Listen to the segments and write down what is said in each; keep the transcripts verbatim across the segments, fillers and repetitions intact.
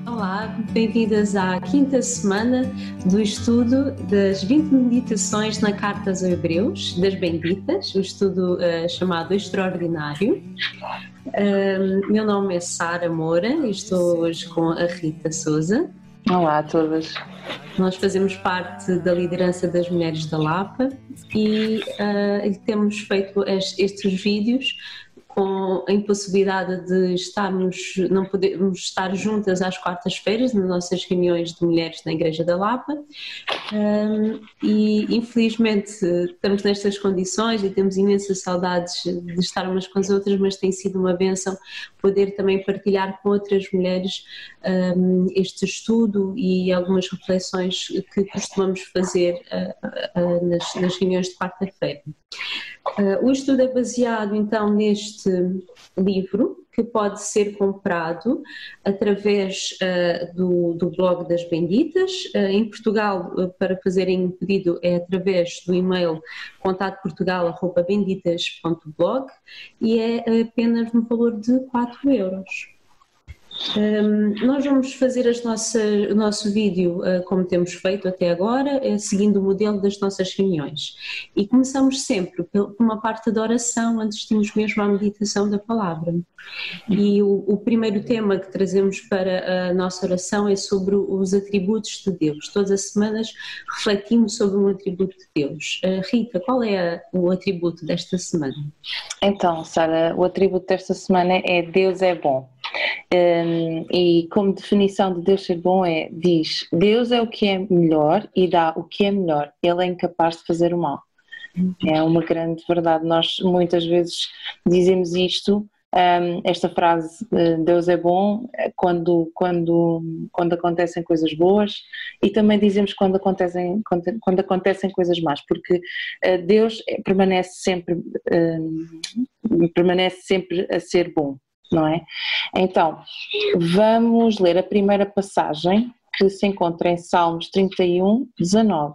Olá, bem-vindas à quinta semana do estudo das vinte meditações na Carta aos Hebreus, das Benditas, o estudo uh, chamado Extraordinário. Uh, meu nome é Sara Moura e estou hoje com a Rita Souza. Olá a todas. Nós fazemos parte da liderança das Mulheres da Lapa e uh, temos feito estes vídeos com a impossibilidade de estarmos, não podermos estar juntas às quartas-feiras nas nossas reuniões de mulheres na Igreja da Lapa, um, e infelizmente estamos nestas condições e temos imensas saudades de estar umas com as outras, mas tem sido uma bênção poder também partilhar com outras mulheres um, este estudo e algumas reflexões que costumamos fazer uh, uh, nas, nas reuniões de quarta-feira. Uh, o estudo é baseado então neste livro, que pode ser comprado através uh, do, do blog das Benditas. Uh, em Portugal, uh, para fazerem pedido é através do e-mail contato portugal arroba benditas ponto blog e é apenas no valor de quatro euros. Um, nós vamos fazer as nossas, o nosso vídeo uh, como temos feito até agora, uh, seguindo o modelo das nossas reuniões. E começamos sempre por uma parte da oração, antes de irmos mesmo à meditação da palavra. E o, o primeiro tema que trazemos para a nossa oração é sobre os atributos de Deus. Todas as semanas refletimos sobre um atributo de Deus. Uh, Rita, qual é a, o atributo desta semana? Então, Sara, o atributo desta semana é Deus é bom. Um, e como definição de Deus ser bom é, diz, Deus é o que é melhor e dá o que é melhor, Ele é incapaz de fazer o mal. Uhum. É uma grande verdade, nós muitas vezes dizemos isto, um, esta frase, Deus é bom, quando, quando, quando acontecem coisas boas, e também dizemos quando acontecem, quando, quando acontecem coisas más, porque uh, Deus permanece sempre, uh, permanece sempre a ser bom. Não é? Então, vamos ler a primeira passagem que se encontra em Salmos trinta e um, dezanove.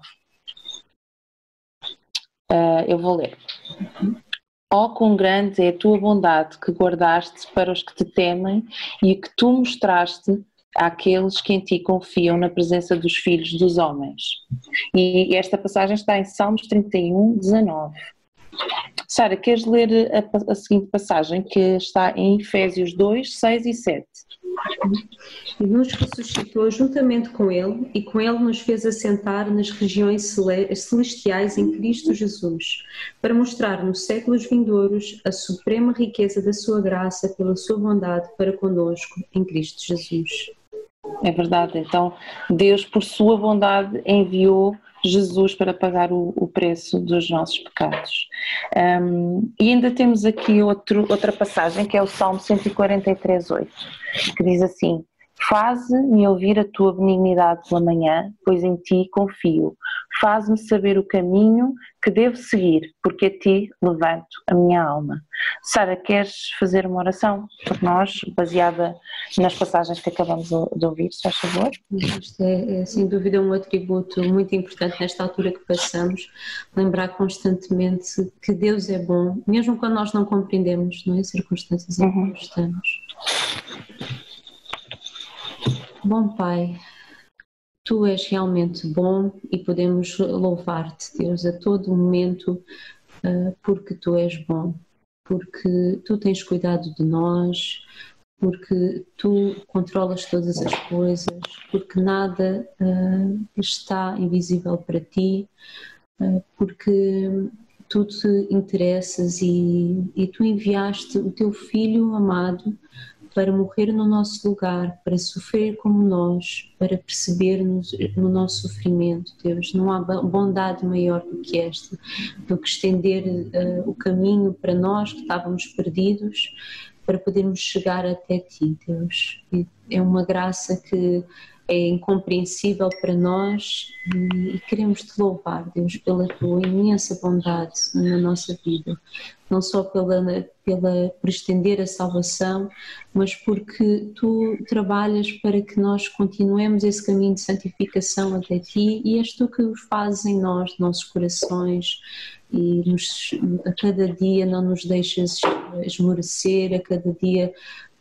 Uh, eu vou ler. Ó, quão grande é a tua bondade que guardaste para os que te temem e que tu mostraste àqueles que em ti confiam na presença dos filhos dos homens. E esta passagem está em Salmos trinta e um, dezanove. Sara, queres ler a, a seguinte passagem que está em Efésios dois, seis e sete? E nos ressuscitou juntamente com Ele e com Ele nos fez assentar nas regiões celestiais em Cristo Jesus, para mostrar nos séculos vindouros a suprema riqueza da sua graça pela sua bondade para conosco em Cristo Jesus. É verdade, então Deus por sua bondade enviou Jesus para pagar o, o preço dos nossos pecados. Um, e ainda temos aqui outro, outra passagem que é o Salmo cento e quarenta e três, oito, que diz assim: faze-me ouvir a tua benignidade pela manhã, pois em ti confio. Faz-me saber o caminho que devo seguir, porque a ti levanto a minha alma. Sara, queres fazer uma oração por nós, baseada nas passagens que acabamos de ouvir, se faz favor? Isto é, é sem dúvida um atributo muito importante nesta altura que passamos, lembrar constantemente que Deus é bom, mesmo quando nós não compreendemos, não é? As circunstâncias em que uhum. estamos. Bom Pai, Tu és realmente bom e podemos louvar-te, Deus, a todo momento, porque Tu és bom, porque Tu tens cuidado de nós, porque Tu controlas todas as coisas, porque nada está invisível para Ti, porque Tu te interessas e, e Tu enviaste o Teu Filho amado para morrer no nosso lugar, para sofrer como nós, para perceber-nos no nosso sofrimento, Deus. Não há bondade maior do que esta, do que estender uh, o caminho para nós que estávamos perdidos, para podermos chegar até Ti, Deus. E é uma graça que é incompreensível para nós e, e queremos Te louvar, Deus, pela Tua imensa bondade na nossa vida. Não só pela, pela, por estender a salvação, mas porque Tu trabalhas para que nós continuemos esse caminho de santificação até Ti e és Tu que o fazes em nós, nossos corações, e nos, a cada dia não nos deixas esmorecer, a cada dia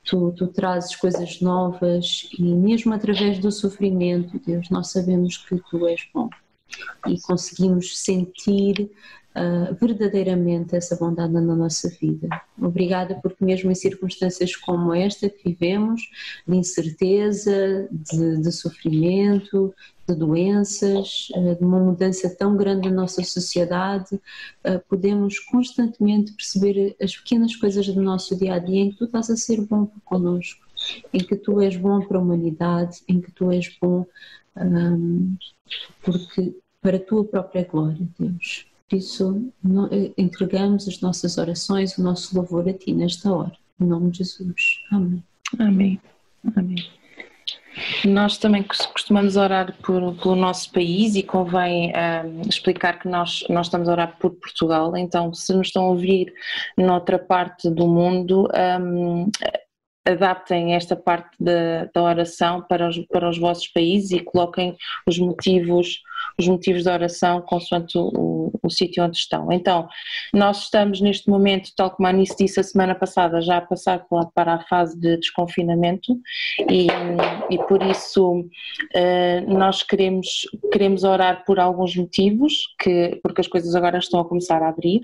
Tu, tu trazes coisas novas e mesmo através do sofrimento, Deus, nós sabemos que Tu és bom e conseguimos sentir uh, verdadeiramente essa bondade na nossa vida. Obrigada porque mesmo em circunstâncias como esta que vivemos, de incerteza, de, de sofrimento, de doenças, uh, de uma mudança tão grande na nossa sociedade, uh, podemos constantemente perceber as pequenas coisas do nosso dia-a-dia em que Tu estás a ser bom connosco, em que Tu és bom para a humanidade, em que Tu és bom um, porque para a Tua própria glória, Deus. Por isso, entregamos as nossas orações, o nosso louvor a Ti nesta hora. Em nome de Jesus. Amém. Amém. Amém. Nós também costumamos orar por, pelo nosso país e convém um, explicar que nós, nós estamos a orar por Portugal, então se nos estão a ouvir noutra parte do mundo, um, adaptem esta parte da, da oração para os, para os vossos países e coloquem os motivos, os motivos da oração consoante o, o, o sítio onde estão. Então, nós estamos neste momento, tal como a Anice disse a semana passada, já a passar para a fase de desconfinamento e, e por isso nós queremos, queremos orar por alguns motivos, que, porque as coisas agora estão a começar a abrir.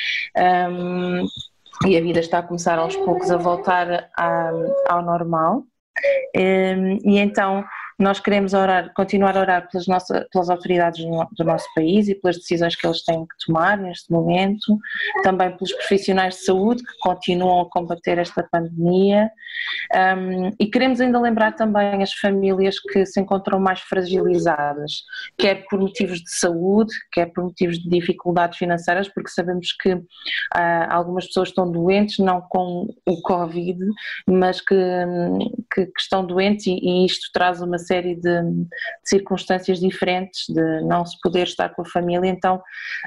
Um, e a vida está a começar aos poucos a voltar a, ao normal e então nós queremos orar, continuar a orar pelas, nossas, pelas autoridades do, do nosso país e pelas decisões que eles têm que tomar neste momento, também pelos profissionais de saúde que continuam a combater esta pandemia um, e queremos ainda lembrar também as famílias que se encontram mais fragilizadas, quer por motivos de saúde, quer por motivos de dificuldades financeiras, porque sabemos que uh, algumas pessoas estão doentes, não com o Covid, mas que, que, que estão doentes e, e isto traz uma série de, de circunstâncias diferentes de não se poder estar com a família, então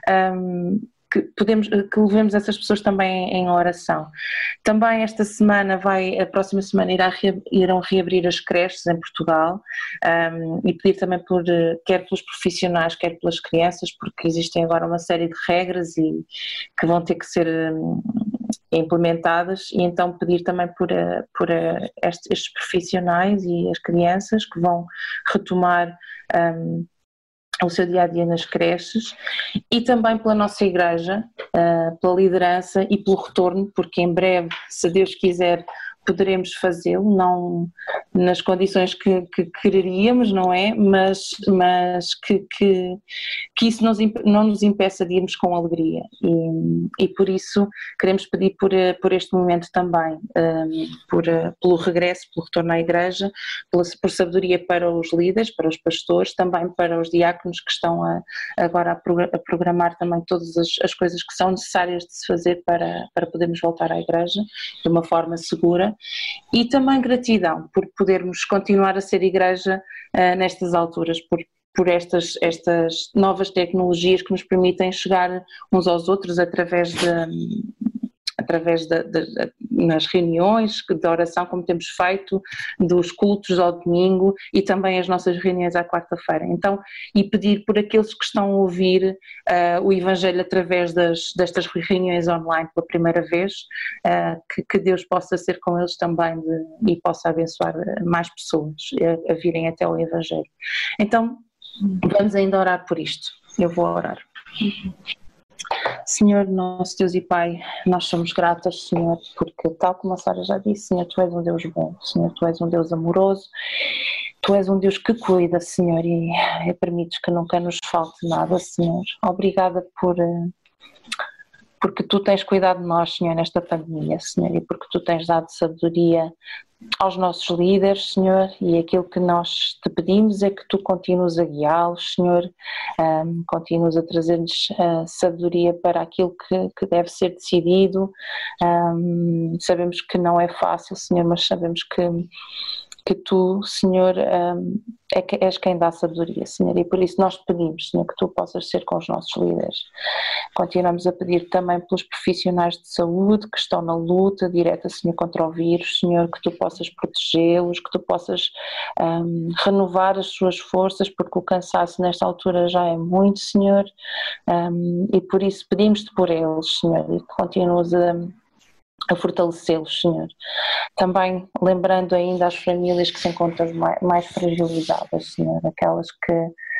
um, que, podemos, que levemos essas pessoas também em oração. Também esta semana vai, a próxima semana irá, irão reabrir as creches em Portugal um, e pedir também por, quer pelos profissionais, quer pelas crianças, porque existem agora uma série de regras e que vão ter que ser um, implementadas e então pedir também por, por estes, estes profissionais e as crianças que vão retomar um, o seu dia-a-dia nas creches e também pela nossa igreja, uh, pela liderança e pelo retorno, porque em breve, se Deus quiser, poderemos fazê-lo, não nas condições que, que quereríamos, não é? Mas, mas que, que, que isso nos, não nos impeça de irmos com alegria e, e por isso queremos pedir por, por este momento também, um, por, pelo regresso, pelo retorno à igreja, pela, por sabedoria para os líderes, para os pastores, também para os diáconos que estão a, agora a programar também todas as, as coisas que são necessárias de se fazer para, para podermos voltar à igreja de uma forma segura. E também gratidão por podermos continuar a ser igreja uh, nestas alturas, por, por estas, estas novas tecnologias que nos permitem chegar uns aos outros através de, através de, de, de nas reuniões de oração como temos feito, dos cultos ao domingo e também as nossas reuniões à quarta-feira. Então, e pedir por aqueles que estão a ouvir uh, o Evangelho através das, destas reuniões online pela primeira vez, uh, que, que Deus possa ser com eles também de, e possa abençoar mais pessoas a, a virem até ao Evangelho. Então, vamos ainda orar por isto. Eu vou orar. Senhor, nosso Deus e Pai, nós somos gratas, Senhor, porque tal como a Sara já disse, Senhor, Tu és um Deus bom, Senhor, Tu és um Deus amoroso, Tu és um Deus que cuida, Senhor, e, e permites que nunca nos falte nada, Senhor. Obrigada por, porque Tu tens cuidado de nós, Senhor, nesta pandemia, Senhor, e porque Tu tens dado sabedoria aos nossos líderes, Senhor, e aquilo que nós te pedimos é que Tu continues a guiá-los, Senhor, um, continues a trazer-nos uh, sabedoria para aquilo que, que deve ser decidido. Um, sabemos que não é fácil, Senhor, mas sabemos que que Tu, Senhor, um, é que és quem dá sabedoria, Senhor, e por isso nós pedimos, Senhor, que Tu possas ser com os nossos líderes. Continuamos a pedir também pelos profissionais de saúde que estão na luta direta, Senhor, contra o vírus, Senhor, que Tu possas protegê-los, que Tu possas um, renovar as suas forças, porque o cansaço nesta altura já é muito, Senhor, um, e por isso pedimos-Te por eles, Senhor, e que continues a a fortalecê-los, Senhor. Também lembrando ainda as famílias que se encontram mais, mais fragilizadas, Senhor, aquelas que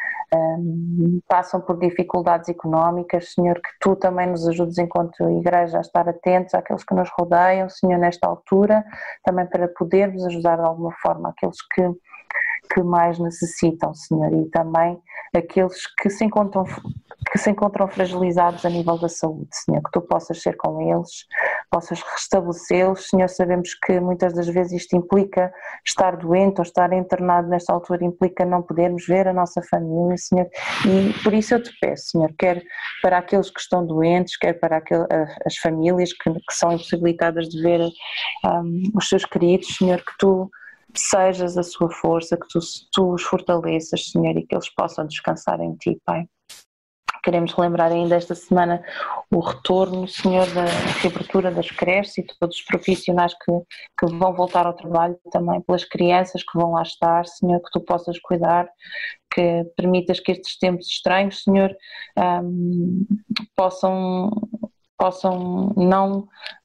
um, passam por dificuldades económicas, Senhor, que Tu também nos ajudes enquanto Igreja a estar atentos àqueles que nos rodeiam, Senhor, nesta altura, também para podermos ajudar de alguma forma aqueles que, que mais necessitam, Senhor, e também aqueles que se encontram que se encontram fragilizados a nível da saúde, Senhor, que Tu possas ser com eles, possas restabelecê-los, Senhor. Sabemos que muitas das vezes isto implica estar doente ou estar internado nesta altura, implica não podermos ver a nossa família, Senhor, e por isso eu Te peço, Senhor, quer para aqueles que estão doentes, quer para aquel, as famílias que, que são impossibilitadas de ver um, os seus queridos, Senhor, que Tu sejas a sua força, que tu, tu os fortaleças, Senhor, e que eles possam descansar em Ti, Pai. Queremos relembrar ainda esta semana o retorno, Senhor, da reabertura das creches e todos os profissionais que, que vão voltar ao trabalho, também pelas crianças que vão lá estar, Senhor, que Tu possas cuidar, que permitas que estes tempos estranhos, Senhor, um, possam, possam não...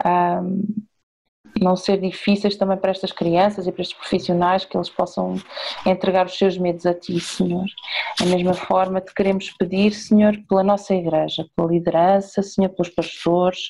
Um, não ser difíceis também para estas crianças e para estes profissionais, que eles possam entregar os seus medos a Ti, Senhor. Da mesma forma Te queremos pedir, Senhor, pela nossa Igreja, pela liderança, Senhor, pelos pastores,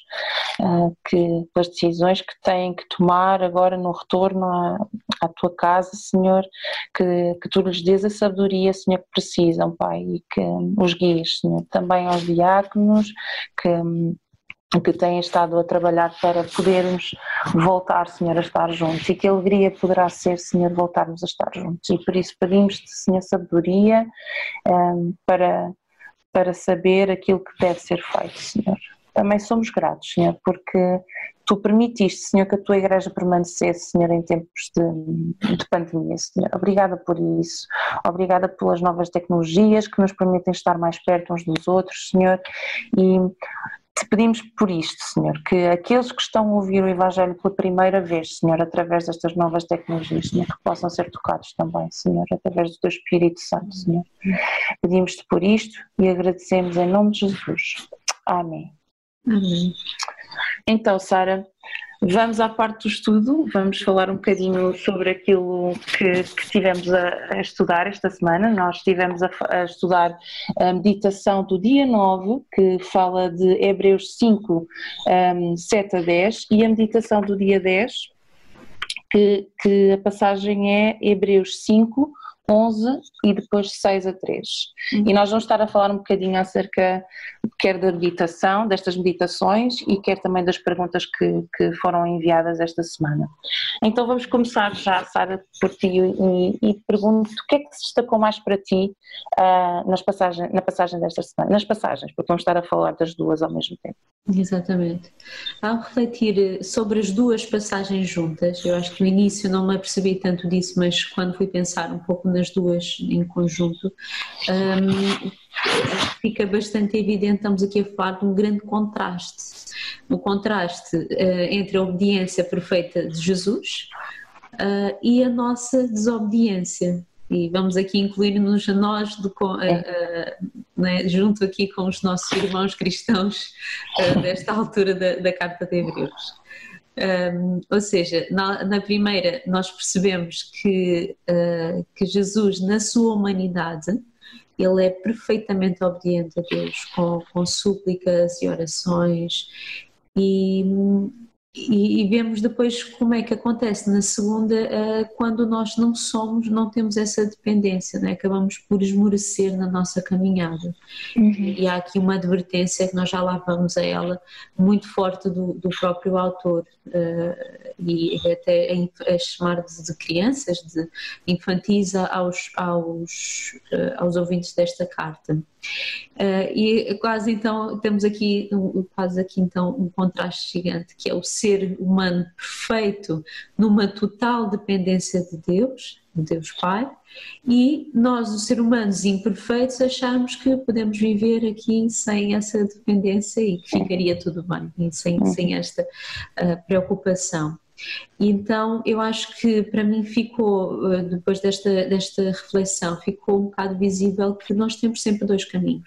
que, pelas decisões que têm que tomar agora no retorno à, à Tua casa, Senhor, que, que Tu lhes dês a sabedoria, Senhor, que precisam, Pai, e que os guies, Senhor. Também aos diáconos, que que têm estado a trabalhar para podermos voltar, Senhor, a estar juntos, e que alegria poderá ser, Senhor, voltarmos a estar juntos, e por isso pedimos-Te, Senhor, sabedoria um, para, para saber aquilo que deve ser feito, Senhor. Também somos gratos, Senhor, porque Tu permitiste, Senhor, que a Tua Igreja permanecesse, Senhor, em tempos de, de pandemia, Senhor. Obrigada por isso, obrigada pelas novas tecnologias que nos permitem estar mais perto uns dos outros, Senhor, e Te pedimos por isto, Senhor, que aqueles que estão a ouvir o Evangelho pela primeira vez, Senhor, através destas novas tecnologias, Senhor, que possam ser tocados também, Senhor, através do Teu Espírito Santo, Senhor. Pedimos-Te por isto e agradecemos em nome de Jesus. Amém. Amém. Então, Sara, vamos à parte do estudo, vamos falar um bocadinho sobre aquilo que, que tivemos a, a estudar esta semana. Nós estivemos a, a estudar a meditação do dia nove, que fala de Hebreus cinco, um, sete a dez, e a meditação do dia dez, que, que a passagem é Hebreus cinco, onze e depois seis a três. Uhum. E nós vamos estar a falar um bocadinho acerca, quer da meditação, destas meditações, e quer também das perguntas que, que foram enviadas esta semana. Então vamos começar já, Sara, por ti, e, e pergunto o que é que se destacou mais para ti uh, nas passagem, na passagem desta semana, nas passagens, porque vamos estar a falar das duas ao mesmo tempo. Exatamente. Ao refletir sobre as duas passagens juntas, eu acho que no início não me apercebi tanto disso, mas quando fui pensar um pouco nas duas em conjunto, um, fica bastante evidente, estamos aqui a falar de um grande contraste, um contraste uh, entre a obediência perfeita de Jesus uh, e a nossa desobediência. E vamos aqui incluir-nos a nós, de, uh, uh, né, junto aqui com os nossos irmãos cristãos uh, desta altura da, da Carta de Hebreus. Um, ou seja, na, na primeira nós percebemos que, uh, que Jesus, na sua humanidade, ele é perfeitamente obediente a Deus, com, com súplicas e orações, e, e, e vemos depois como é que acontece na segunda, uh, quando nós não somos, não temos essa dependência, né? Acabamos por esmorecer na nossa caminhada. Uhum. E há aqui uma advertência, que nós já lá vamos a ela, muito forte do, do próprio autor, uh, e até a, a chamar de, de crianças, de infantis aos, aos, uh, aos ouvintes desta carta. Uh, e quase então temos aqui, quase aqui então um contraste gigante, que é o ser humano perfeito numa total dependência de Deus, de Deus Pai, e nós, os seres humanos imperfeitos, acharmos que podemos viver aqui sem essa dependência e que ficaria tudo bem, e sem, sem esta uh, preocupação. E então eu acho que para mim ficou, depois desta, desta reflexão, ficou um bocado visível que nós temos sempre dois caminhos.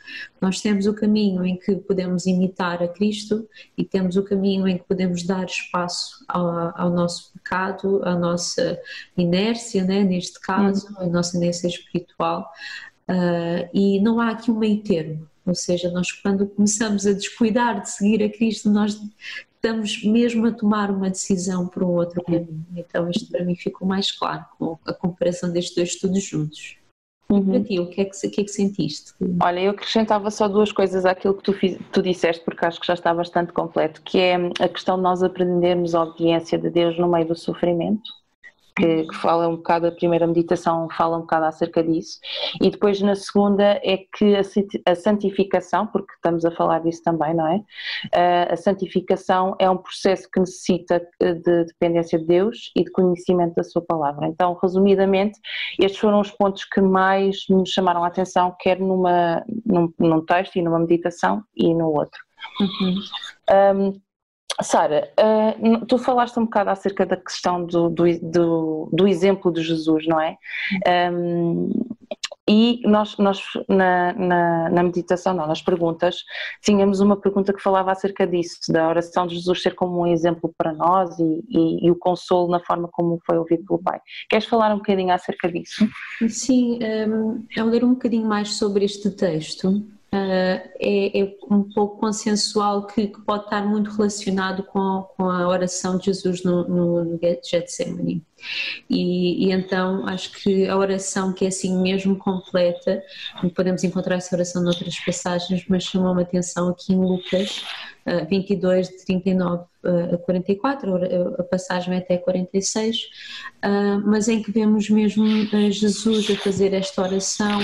Nós temos o caminho em que podemos imitar a Cristo e temos o caminho em que podemos dar espaço ao, ao nosso pecado, à nossa inércia, né, neste caso, a nossa inércia espiritual, uh, e não há aqui um meio termo, ou seja, nós quando começamos a descuidar de seguir a Cristo, nós estamos mesmo a tomar uma decisão para um outro caminho. Então isto para mim ficou mais claro com a comparação destes dois estudos juntos. Uhum. Para ti, o que, é que, o que é que sentiste? Olha, eu acrescentava só duas coisas àquilo que tu, fiz, tu disseste, porque acho que já está bastante completo, que é a questão de nós aprendermos a obediência de Deus no meio do sofrimento, que, que fala um bocado, a primeira meditação fala um bocado acerca disso, e depois na segunda é que a, a santificação, porque estamos a falar disso também, não é? A santificação é um processo que necessita de dependência de Deus e de conhecimento da sua palavra. Então, resumidamente, estes foram os pontos que mais me chamaram a atenção, quer numa, num, num texto e numa meditação e no outro. Uhum. Um, Sara, uh, tu falaste um bocado acerca da questão do, do, do, do exemplo de Jesus, não é? Um, e nós, nós na, na, na meditação, não, nas perguntas, tínhamos uma pergunta que falava acerca disso, da oração de Jesus ser como um exemplo para nós e, e, e o consolo na forma como foi ouvido pelo Pai. Queres falar um bocadinho acerca disso? Sim, um, ao ler um bocadinho mais sobre este texto, Uh, é, é um pouco consensual que, que pode estar muito relacionado com, com a oração de Jesus no, no, no Getsemane. E, e então acho que a oração que é assim mesmo completa, podemos encontrar essa oração noutras passagens, mas chamou-me a atenção aqui em Lucas uh, vinte e dois, de trinta e nove a quarenta e quatro, a passagem é até quarenta e seis, uh, mas em que vemos mesmo uh, Jesus a fazer esta oração,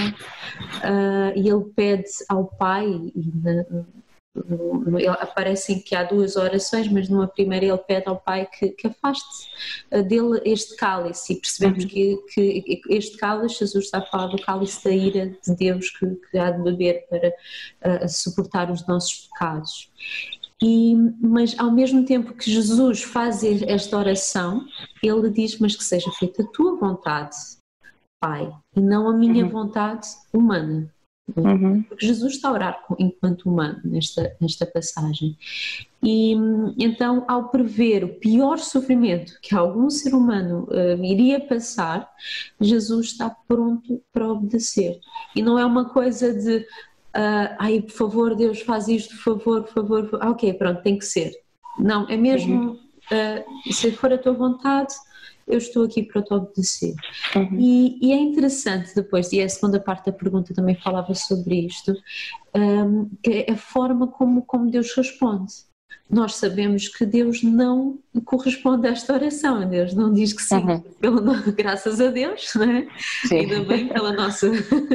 uh, e ele pede ao Pai, e na, no, no, ele, aparecem que há duas orações, mas numa primeira ele pede ao Pai que, que afaste dele este cálice, e percebemos uhum. que, que este cálice, Jesus está a falar do cálice da ira de Deus que, que há de beber para uh, suportar os nossos pecados. E, mas ao mesmo tempo que Jesus faz esta oração, ele diz, mas que seja feita a tua vontade, Pai, e não a minha uhum. vontade humana. Uhum. Porque Jesus está a orar enquanto humano nesta, nesta passagem. E então, ao prever o pior sofrimento que algum ser humano uh, iria passar, Jesus está pronto para obedecer. E não é uma coisa de Uh, ai, por favor, Deus, faz isto, por favor, por favor, por favor. Ok, pronto, tem que ser. Não, é mesmo, uh, se for a tua vontade, eu estou aqui para te obedecer. Uhum. E, e é interessante depois, e a segunda parte da pergunta também falava sobre isto, um, que é a forma como, como Deus responde. Nós sabemos que Deus não corresponde a esta oração, Deus não diz que sim, uhum. pelo, graças a Deus, não é? Ainda bem pela nossa...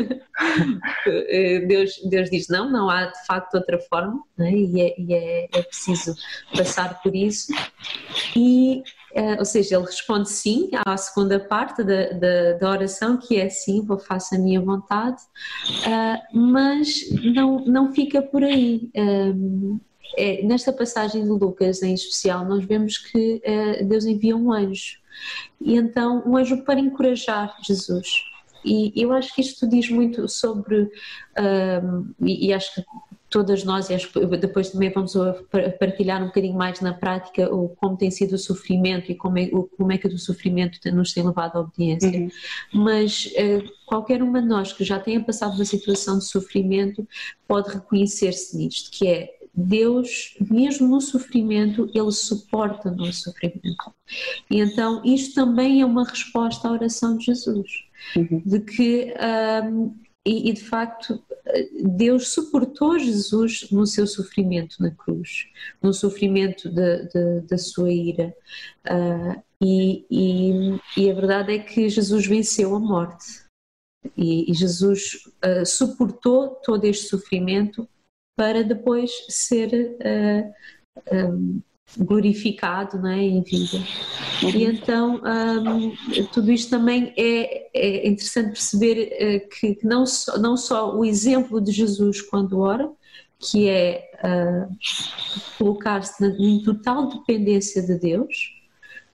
Deus, Deus diz não, não há de facto outra forma, não é? E, é, e é, é preciso passar por isso. E, uh, ou seja, ele responde sim à segunda parte da, da, da oração, que é sim, vou faço a minha vontade, uh, mas não, não fica por aí. Um, É, nesta passagem de Lucas em especial nós vemos que uh, Deus envia um anjo, e então um anjo para encorajar Jesus, e eu acho que isto diz muito sobre uh, e, e acho que todas nós, e acho que depois também vamos partilhar um bocadinho mais na prática o, como tem sido o sofrimento e como é, o, como é que o sofrimento nos tem levado à obediência, uhum. mas uh, qualquer uma de nós que já tenha passado uma situação de sofrimento pode reconhecer-se nisto, que é Deus, mesmo no sofrimento, Ele suporta o nosso sofrimento. E então isto também é uma resposta à oração de Jesus, uhum. de que, um, e, e de facto, Deus suportou Jesus no seu sofrimento na cruz, no sofrimento de, de, da sua ira. Uh, e, e, e a verdade é que Jesus venceu a morte. E, e Jesus uh, suportou todo este sofrimento para depois ser uh, um, glorificado, não é, em vida. Uhum. E então um, tudo isto também é, é interessante perceber uh, que não só, não só o exemplo de Jesus quando ora, que é uh, colocar-se em total dependência de Deus,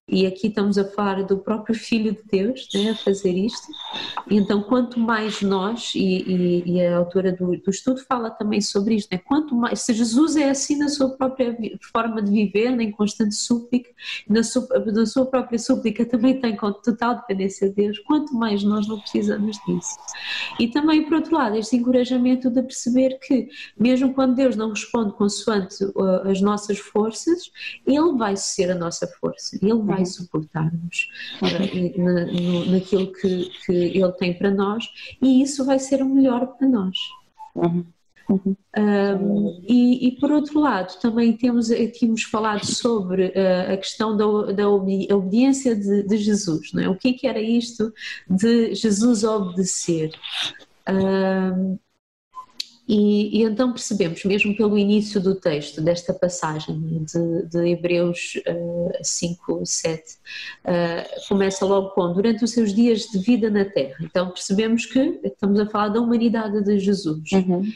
E aqui estamos a falar do próprio Filho de Deus, né, a fazer isto. E então, quanto mais nós, e, e, e a autora do, do estudo fala também sobre isto, né, quanto mais, se Jesus é assim na sua própria forma de viver, né, em constante súplica, na sua, na sua própria súplica também tem com total dependência de Deus, quanto mais nós não precisamos disso. E também, por outro lado, este encorajamento de perceber que, mesmo quando Deus não responde consoante uh, as nossas forças, Ele vai ser a nossa força, Ele vai suportar-nos uh, na, no, naquilo que, que Ele tem para nós, e isso vai ser o melhor para nós. Uhum. Uhum. Um, e, e por outro lado, também temos, tínhamos falado sobre uh, a questão da, da obediência de, de Jesus, não é? O que, que era isto de Jesus obedecer? Um, E, e então percebemos, mesmo pelo início do texto, desta passagem de, de Hebreus uh, cinco, sete, uh, começa logo com, durante os seus dias de vida na Terra. Então percebemos que estamos a falar da humanidade de Jesus. Uhum.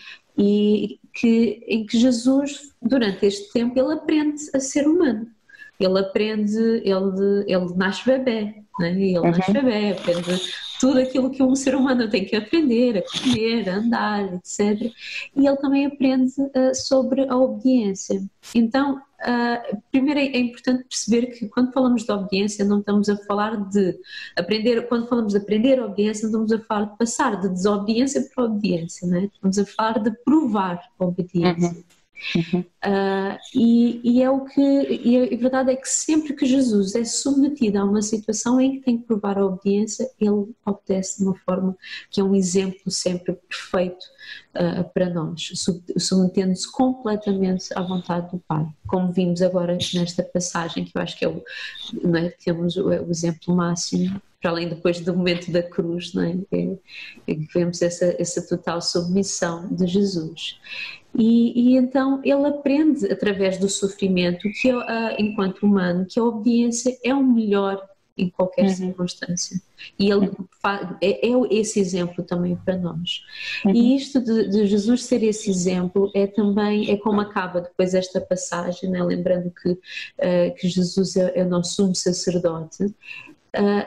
E que, em que Jesus, durante este tempo, ele aprende a ser humano. Ele aprende, ele, ele nasce bebé, né? Ele uhum. nasce bebé, aprende tudo aquilo que um ser humano tem que aprender, a comer, a andar, etcétera. E ele também aprende uh, sobre a obediência. Então, uh, primeiro é, é importante perceber que quando falamos de obediência não estamos a falar de aprender, quando falamos de aprender a obediência não estamos a falar de passar de desobediência para obediência, né? Estamos a falar de provar a obediência. Uhum. Uhum. Uh, e, e é o que e a verdade é que sempre que Jesus é submetido a uma situação em que tem que provar a obediência, ele obedece de uma forma que é um exemplo sempre perfeito uh, para nós, submetendo-se completamente à vontade do Pai, como vimos agora nesta passagem, que eu acho que é o, não é? Temos o, é o exemplo máximo, para além depois do momento da cruz, não é? É, é que vemos essa, essa total submissão de Jesus. E, e então ele aprende através do sofrimento, que uh, enquanto humano, que a obediência é o melhor em qualquer uhum. circunstância. E ele uhum. é, é esse exemplo também para nós. Uhum. E isto de, de Jesus ser esse exemplo é também, é como acaba depois esta passagem, né? Lembrando que, uh, que Jesus é, é o nosso sumo sacerdote. Uh,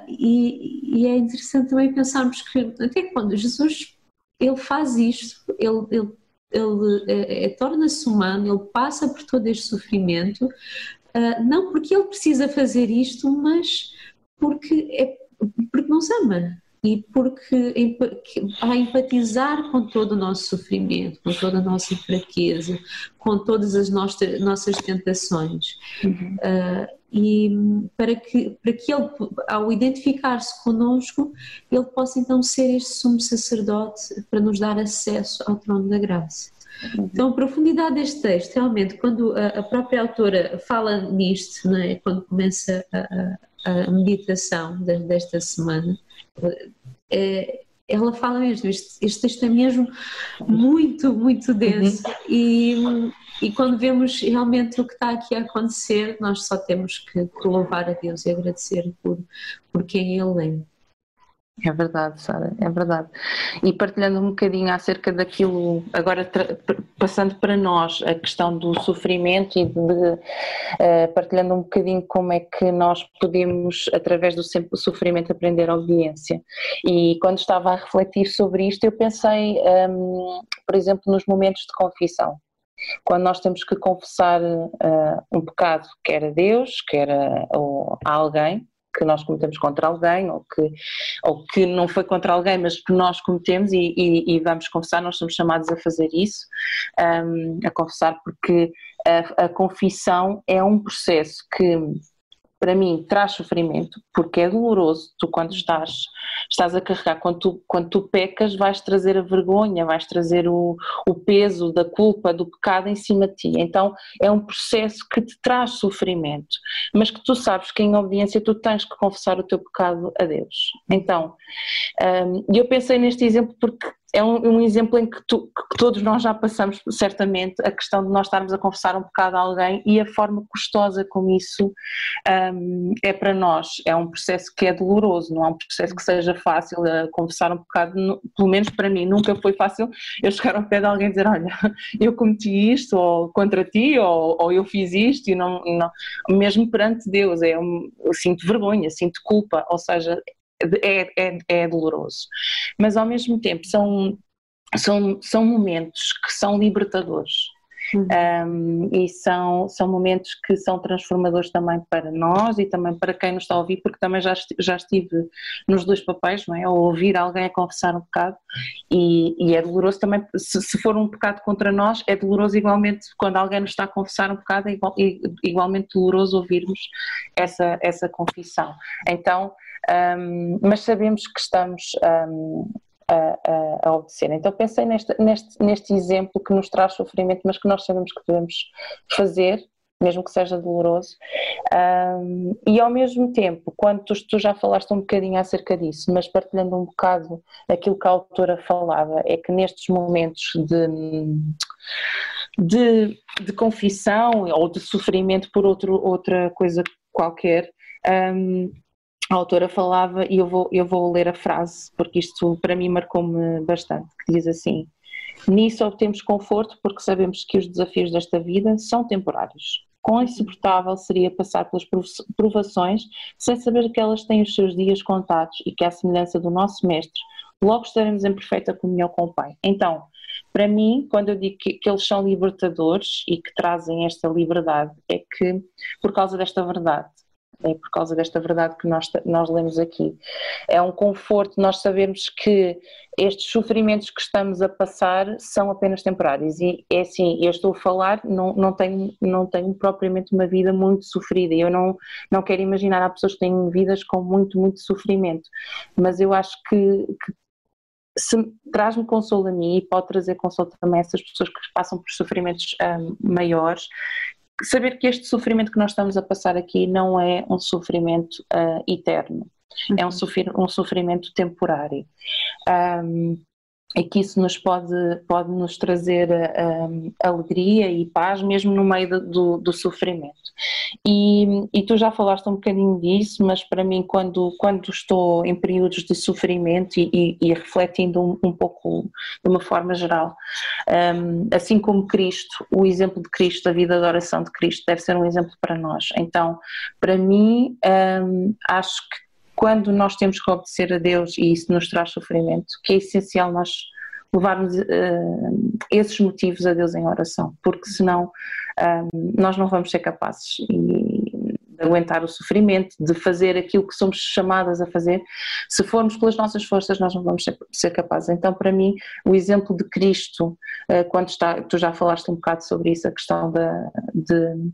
e, e é interessante também pensarmos que até quando Jesus ele faz isto, ele, ele ele é, é, torna-se humano, ele passa por todo este sofrimento, uh, não porque ele precisa fazer isto, mas porque, é, porque nos ama e porque vai empatizar com todo o nosso sofrimento, com toda a nossa fraqueza, com todas as nossas, nossas tentações. Uhum. Uh, e para que, para que ele, ao identificar-se connosco, ele possa então ser este sumo sacerdote para nos dar acesso ao trono da graça. Uhum. Então a profundidade deste texto, realmente, quando a, a própria autora fala nisto, não é? Quando começa a, a, a meditação de, desta semana, é, ela fala mesmo, este, este texto é mesmo muito, muito denso. Uhum. e, e quando vemos realmente o que está aqui a acontecer, nós só temos que, que louvar a Deus e agradecer por, por quem Ele é. É verdade, Sara, é verdade. E partilhando um bocadinho acerca daquilo, agora passando para nós a questão do sofrimento e de, uh, partilhando um bocadinho como é que nós podemos, através do sofrimento, aprender a obediência. E quando estava a refletir sobre isto, eu pensei, um, por exemplo, nos momentos de confissão. Quando nós temos que confessar uh, um pecado, quer a Deus, quer a, ou a alguém, que nós cometemos contra alguém, ou que, ou que não foi contra alguém, mas que nós cometemos e, e, e vamos confessar, nós somos chamados a fazer isso, um, a confessar, porque a, a confissão é um processo que, para mim, traz sofrimento, porque é doloroso. Tu quando estás, estás a carregar, quando tu, quando tu pecas, vais trazer a vergonha, vais trazer o, o peso da culpa, do pecado em cima de ti. Então é um processo que te traz sofrimento, mas que tu sabes que em obediência tu tens que confessar o teu pecado a Deus. Então, um, eu pensei neste exemplo porque é um, um exemplo em que, tu, que todos nós já passamos certamente, a questão de nós estarmos a confessar um pecado a alguém e a forma custosa como isso um, é para nós. É um processo que é doloroso, não é um processo que seja fácil. A confessar um pecado, pelo menos para mim, nunca foi fácil eu chegar ao pé de alguém e dizer, olha, eu cometi isto, ou contra ti, ou, ou eu fiz isto, e não, não, mesmo perante Deus, é um, eu sinto vergonha, sinto culpa, ou seja, é, é, é doloroso. Mas ao mesmo tempo são, são, são momentos que são libertadores. Uhum. Um, e são, são momentos que são transformadores também para nós e também para quem nos está a ouvir, porque também já, esti, já estive nos dois papéis, não é? Ao ouvir alguém a confessar um pecado, e, e é doloroso também, se, se for um pecado contra nós, é doloroso igualmente quando alguém nos está a confessar um pecado, é igual, igualmente doloroso ouvirmos essa, essa confissão. Então, um, mas sabemos que estamos um, A, a, a obedecer. Então pensei neste, neste, neste exemplo que nos traz sofrimento, mas que nós sabemos que devemos fazer, mesmo que seja doloroso, um, e ao mesmo tempo, quando tu, tu já falaste um bocadinho acerca disso, mas partilhando um bocado aquilo que a autora falava, é que nestes momentos de, de, de confissão ou de sofrimento por outro, outra coisa qualquer, um, a autora falava, e eu vou, eu vou ler a frase, porque isto para mim marcou-me bastante, que diz assim: nisso obtemos conforto porque sabemos que os desafios desta vida são temporários. Quão insuportável seria passar pelas provações sem saber que elas têm os seus dias contados e que, à semelhança do nosso mestre, logo estaremos em perfeita comunhão com o Pai. Então, para mim, quando eu digo que, que eles são libertadores e que trazem esta liberdade, é que por causa desta verdade, é por causa desta verdade que nós, nós lemos aqui. É um conforto nós sabermos que estes sofrimentos que estamos a passar são apenas temporários, e é assim, eu estou a falar, não, não, tenho, não tenho propriamente uma vida muito sofrida, eu não, não quero imaginar, há pessoas que têm vidas com muito, muito sofrimento, mas eu acho que, que se traz-me consolo a mim e pode trazer consolo também a essas pessoas que passam por sofrimentos um, maiores, saber que este sofrimento que nós estamos a passar aqui não é um sofrimento uh, eterno, uhum. é um, sofr um sofrimento temporário, um, e que isso nos pode, pode nos trazer um, alegria e paz mesmo no meio do, do, do sofrimento. E, e tu já falaste um bocadinho disso, mas para mim quando, quando estou em períodos de sofrimento e, e, e refletindo um, um pouco de uma forma geral, um, assim como Cristo, o exemplo de Cristo, a vida de oração de Cristo deve ser um exemplo para nós. Então, para mim, um, acho que quando nós temos que obedecer a Deus e isso nos traz sofrimento, que é essencial nós levarmos uh, esses motivos a Deus em oração, porque senão um, nós não vamos ser capazes de aguentar o sofrimento, de fazer aquilo que somos chamadas a fazer. Se formos pelas nossas forças, nós não vamos ser, ser capazes. Então, para mim, o exemplo de Cristo, uh, quando está, tu já falaste um bocado sobre isso, a questão da, de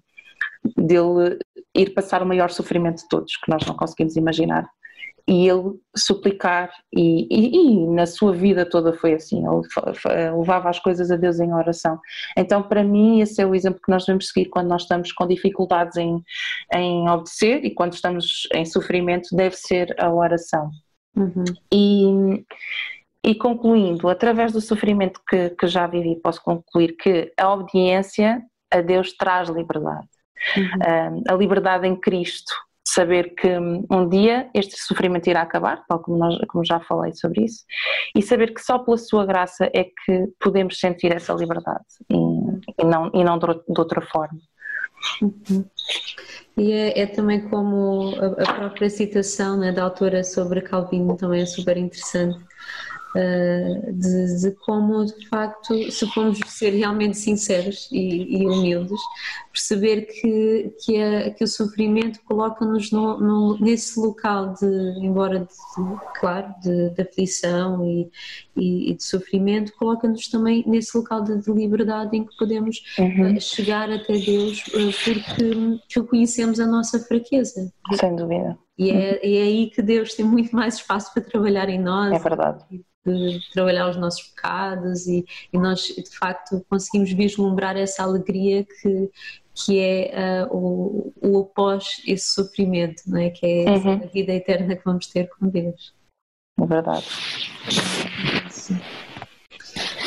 dele ir passar o maior sofrimento de todos, que nós não conseguimos imaginar, e ele suplicar, e, e, e na sua vida toda foi assim, ele levava as coisas a Deus em oração. Então, para mim, esse é o exemplo que nós devemos seguir quando nós estamos com dificuldades em, em obedecer, e quando estamos em sofrimento deve ser a oração. Uhum. E, e concluindo, através do sofrimento que, que já vivi, posso concluir que a obediência a Deus traz liberdade. Uhum. A liberdade em Cristo, saber que um dia este sofrimento irá acabar, tal como, nós, como já falei sobre isso, e saber que só pela sua graça é que podemos sentir essa liberdade e, e, não, e não de outra forma. Uhum. E é, é também como a, a própria citação, né, da autora sobre Calvino também é super interessante. Uh, de, de como de facto, se formos ser realmente sinceros e, e humildes, perceber que, que, a, que o sofrimento coloca-nos no, no, nesse local de, embora de, claro, de, de aflição e, e, e de sofrimento, coloca-nos também nesse local de, de liberdade em que podemos uhum. uh, chegar até Deus uh, porque, porque conhecemos a nossa fraqueza. Sem dúvida. E é, uhum. é aí que Deus tem muito mais espaço para trabalhar em nós. É verdade. De trabalhar os nossos pecados e, e nós de facto conseguimos vislumbrar essa alegria que, que é uh, o, o após esse sofrimento, não é? Que é uhum. a vida eterna que vamos ter com Deus. É verdade. Sim.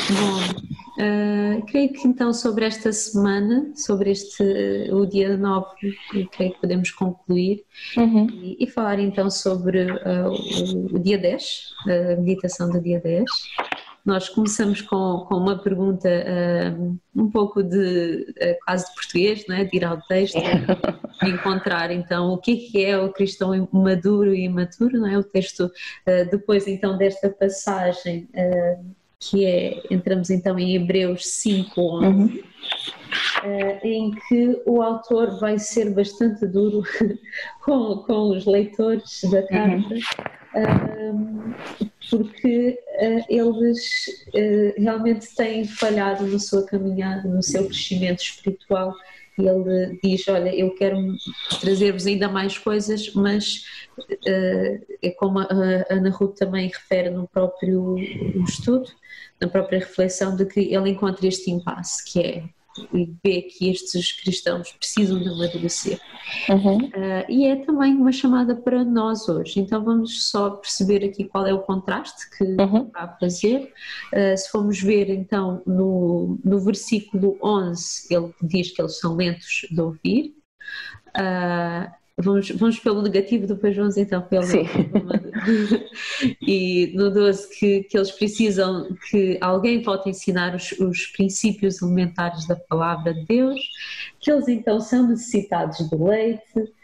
Bom, uh, creio que então sobre esta semana, sobre este, o dia nove, creio que podemos concluir Uhum. e, e falar então sobre uh, o, o dia dez, a meditação do dia dez. Nós começamos com, com uma pergunta uh, um pouco de, uh, quase de português, não é? De ir ao texto, de encontrar então o que é que é o cristão maduro e imaturo, não é? O texto, uh, depois então desta passagem, uh, que é, entramos então em Hebreus cinco, onze, uhum. uh, em que o autor vai ser bastante duro com, com os leitores da carta, uhum. uh, porque uh, eles uh, realmente têm falhado na sua caminhada, no seu crescimento espiritual. E ele diz, olha, eu quero trazer-vos ainda mais coisas, mas uh, é como a Ana Ruth também refere no próprio estudo, na própria reflexão, de que ele encontra este impasse, que é, e vê que estes cristãos precisam de amadurecer. Uhum. Uh, e é também uma chamada para nós hoje. Então vamos só perceber aqui qual é o contraste que uhum. está a fazer. Uh, se formos ver então no, no versículo onze, ele diz que eles são lentos de ouvir. Uh, Vamos, vamos pelo negativo, depois vamos então pelo... Sim. E no doze que, que eles precisam que alguém pode ensinar os, os princípios elementares da palavra de Deus, que eles então são necessitados de leite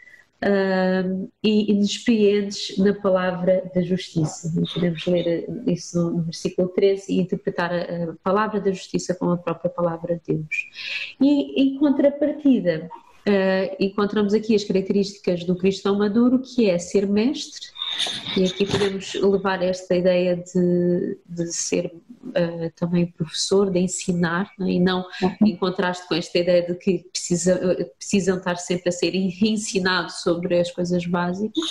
uh, e inexperientes na palavra da justiça. E podemos ler isso no, no versículo treze e interpretar a, a palavra da justiça como a própria palavra de Deus. E em contrapartida, Uh, encontramos aqui as características do cristão maduro, que é ser mestre, e aqui podemos levar esta ideia de, de ser uh, também professor, de ensinar, não é? E não uhum. em contraste com esta ideia de que precisa, precisam estar sempre a ser ensinados sobre as coisas básicas,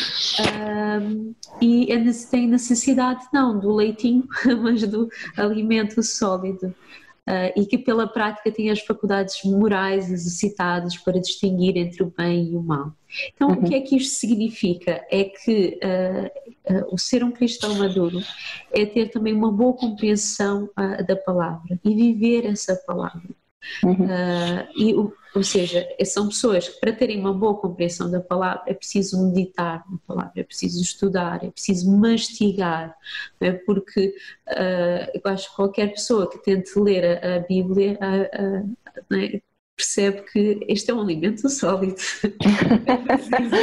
uh, e tem necessidade não do leitinho, mas do alimento sólido. Uh, e que pela prática tem as faculdades morais exercitadas para distinguir entre o bem e o mal. Então, uhum. o que é que isto significa? É que uh, uh, o ser um cristão maduro é ter também uma boa compreensão uh, da palavra e viver essa palavra. Uhum. Uh, e, ou seja, são pessoas que para terem uma boa compreensão da palavra é preciso meditar na palavra, é preciso estudar, é preciso mastigar, não é? Porque uh, eu acho que qualquer pessoa que tente ler a, a Bíblia uh, uh, não é? Percebe que este é um alimento sólido. É preciso...